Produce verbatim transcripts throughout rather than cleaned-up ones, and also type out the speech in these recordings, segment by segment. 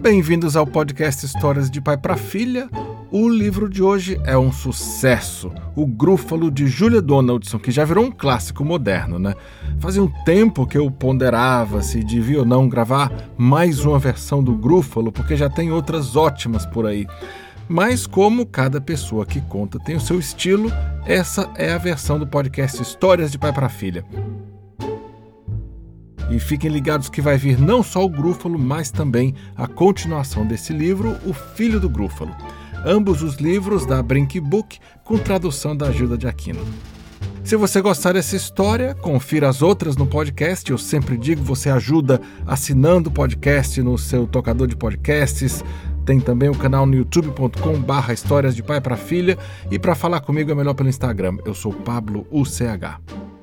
Bem-vindos ao podcast Histórias de Pai para Filha. O livro de hoje é um sucesso, O Grúfalo, de Julia Donaldson, que já virou um clássico moderno, né? Fazia um tempo que eu ponderava se devia ou não gravar mais uma versão do Grúfalo, porque já tem outras ótimas por aí. Mas como cada pessoa que conta tem o seu estilo, essa é a versão do podcast Histórias de Pai para Filha. E fiquem ligados que vai vir não só o Grúfalo, mas também a continuação desse livro, O Filho do Grúfalo. Ambos os livros da Brink Book, com tradução da Gilda de Aquino. Se você gostar dessa história, confira as outras no podcast. Eu sempre digo, você ajuda assinando o podcast no seu tocador de podcasts. Tem também o canal no youtube ponto com barra Histórias de Pai para Filha. E para falar comigo é melhor pelo Instagram. Eu sou Pablo U C H.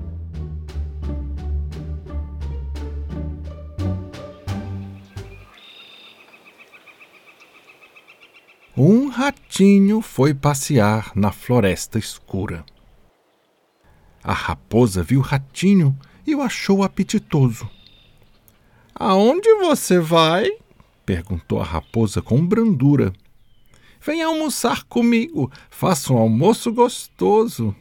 Um ratinho foi passear na floresta escura. A raposa viu o ratinho e o achou apetitoso. — Aonde você vai? — perguntou a raposa com brandura. — Venha almoçar comigo, faça um almoço gostoso.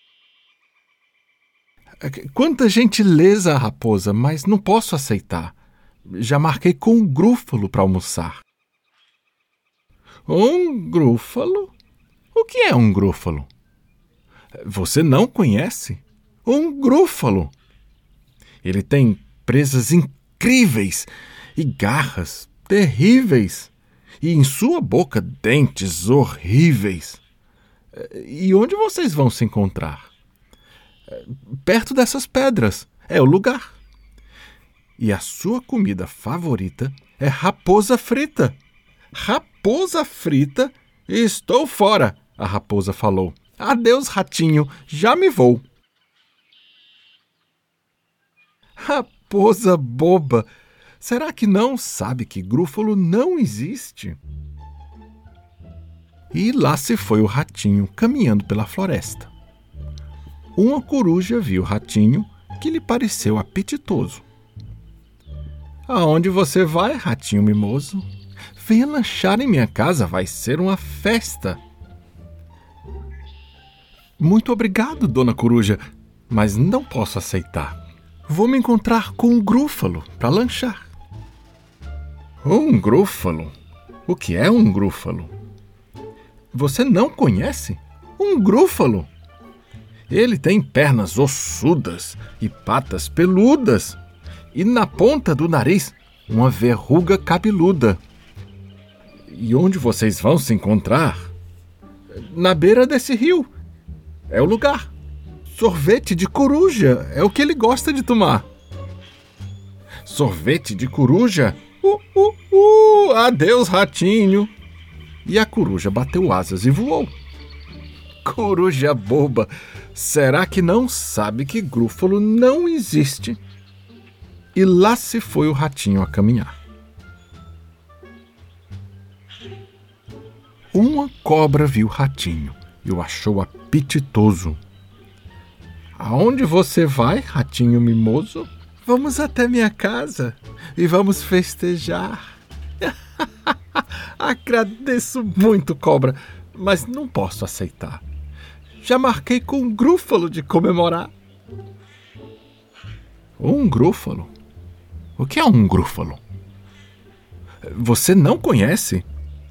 — Quanta gentileza, raposa, mas não posso aceitar. Já marquei com o Grúfalo para almoçar. Um grúfalo? O que é um grúfalo? Você não conhece? Um grúfalo! Ele tem presas incríveis e garras terríveis, e em sua boca dentes horríveis. E onde vocês vão se encontrar? Perto dessas pedras, é o lugar. E a sua comida favorita é raposa frita. Raposa frita? Estou fora, a raposa falou. Adeus, ratinho, já me vou. Raposa boba, será que não sabe que Grúfalo não existe? E lá se foi o ratinho caminhando pela floresta. Uma coruja viu o ratinho, que lhe pareceu apetitoso. Aonde você vai, ratinho mimoso? Venha lanchar em minha casa, vai ser uma festa. Muito obrigado, dona coruja, mas não posso aceitar. Vou me encontrar com um grúfalo para lanchar. Um grúfalo? O que é um grúfalo? Você não conhece? Um grúfalo? Ele tem pernas ossudas e patas peludas, e na ponta do nariz uma verruga cabeluda. E onde vocês vão se encontrar? Na beira desse rio. É o lugar. Sorvete de coruja é o que ele gosta de tomar. Sorvete de coruja? Uh, uh, uh! Adeus, ratinho! E a coruja bateu asas e voou. Coruja boba! Será que não sabe que Grúfalo não existe? E lá se foi o ratinho a caminhar. Uma cobra viu o ratinho e o achou apetitoso. Aonde você vai, ratinho mimoso? Vamos até minha casa e vamos festejar. Agradeço muito, cobra, mas não posso aceitar. Já marquei com um grúfalo de comemorar. Um grúfalo? O que é um grúfalo? Você não conhece?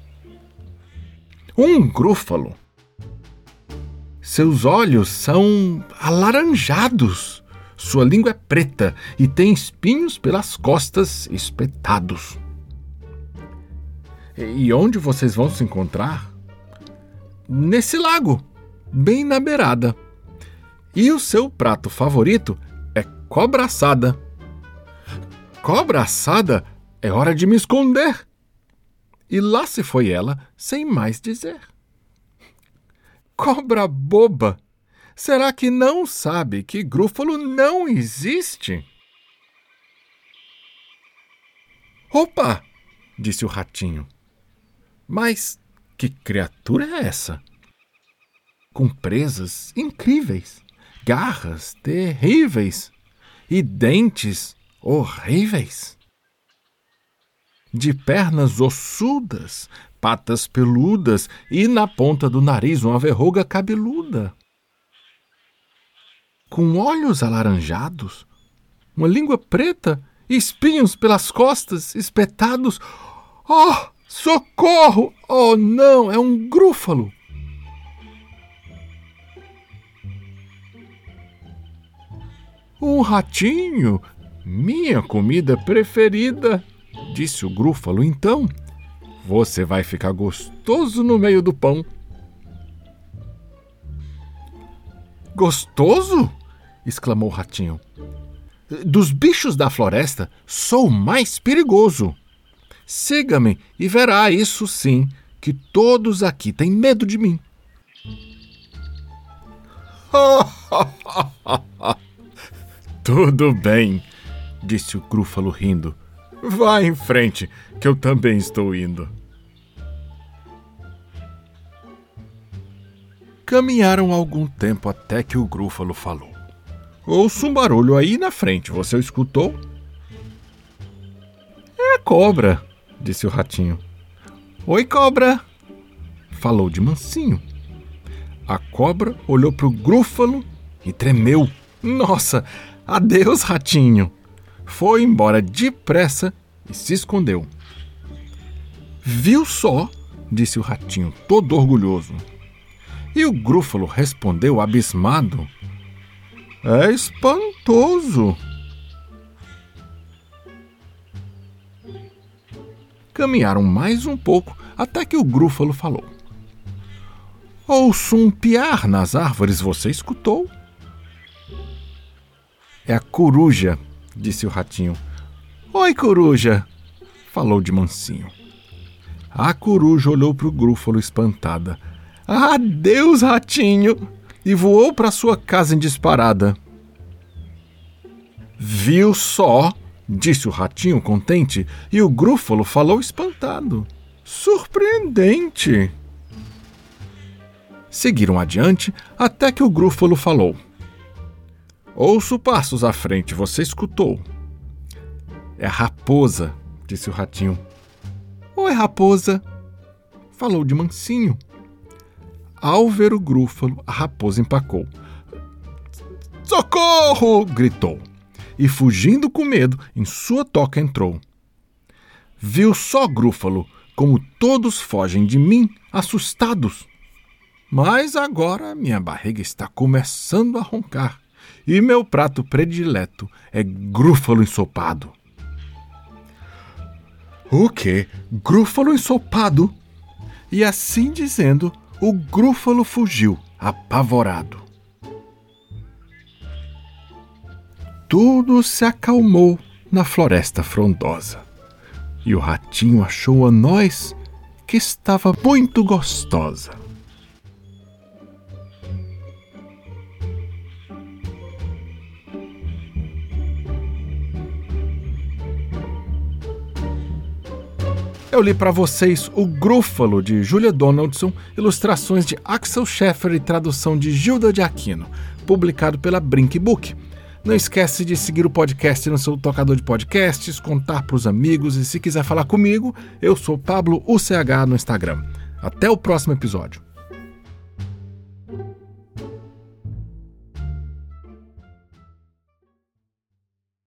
Um grúfalo. Seus olhos são alaranjados, sua língua é preta e tem espinhos pelas costas espetados. E onde vocês vão se encontrar? Nesse lago, bem na beirada. E o seu prato favorito é cobra assada. Cobra assada? É hora de me esconder. E lá se foi ela, sem mais dizer. Cobra boba! Será que não sabe que Grúfalo não existe? Opa! Disse o ratinho. Mas que criatura é essa? Com presas incríveis, garras terríveis e dentes horríveis. de pernas ossudas, patas peludas e na ponta do nariz uma verruga cabeluda. Com olhos alaranjados, uma língua preta e espinhos pelas costas, espetados. Oh, socorro! Oh, não, é um grúfalo! Um ratinho, minha comida preferida, disse o grúfalo. Então, você vai ficar gostoso no meio do pão. Gostoso? Exclamou o ratinho. Dos bichos da floresta, sou o mais perigoso. Siga-me e verá, isso sim, que todos aqui têm medo de mim. Tudo bem, disse o grúfalo rindo. Vá em frente, que eu também estou indo. Caminharam algum tempo até que o grúfalo falou. Ouço um barulho aí na frente, você o escutou? É a cobra, disse o ratinho. Oi, cobra, falou de mansinho. A cobra olhou para o grúfalo e tremeu. Nossa, adeus, ratinho. Foi embora depressa e se escondeu. Viu só, disse o ratinho, todo orgulhoso. E o grúfalo respondeu abismado. É espantoso. Caminharam mais um pouco até que o grúfalo falou. Ouço um piar nas árvores, você escutou? É a coruja, disse o ratinho. Oi, coruja, falou de mansinho. A coruja olhou para o grúfalo espantada. Adeus, ratinho! E voou para sua casa em disparada. Viu só, disse o ratinho contente, e o grúfalo falou espantado. Surpreendente! Seguiram adiante até que o grúfalo falou. Ouço passos à frente, você escutou? É a raposa, disse o ratinho. Oi, raposa, falou de mansinho. Ao ver o grúfalo, a raposa empacou. Socorro! Gritou. E fugindo com medo, em sua toca entrou. Viu só, grúfalo, como todos fogem de mim, assustados. Mas agora minha barriga está começando a roncar. E meu prato predileto é grúfalo ensopado. O quê? Grúfalo ensopado? E assim dizendo, o grúfalo fugiu, apavorado. Tudo se acalmou na floresta frondosa. E o ratinho achou a noz que estava muito gostosa. Eu li para vocês O Grúfalo, de Julia Donaldson, ilustrações de Axel Scheffer e tradução de Gilda de Aquino, publicado pela Brink Book. Não esquece de seguir o podcast no seu tocador de podcasts, contar para os amigos e se quiser falar comigo, eu sou Pablo U C H no Instagram. Até o próximo episódio.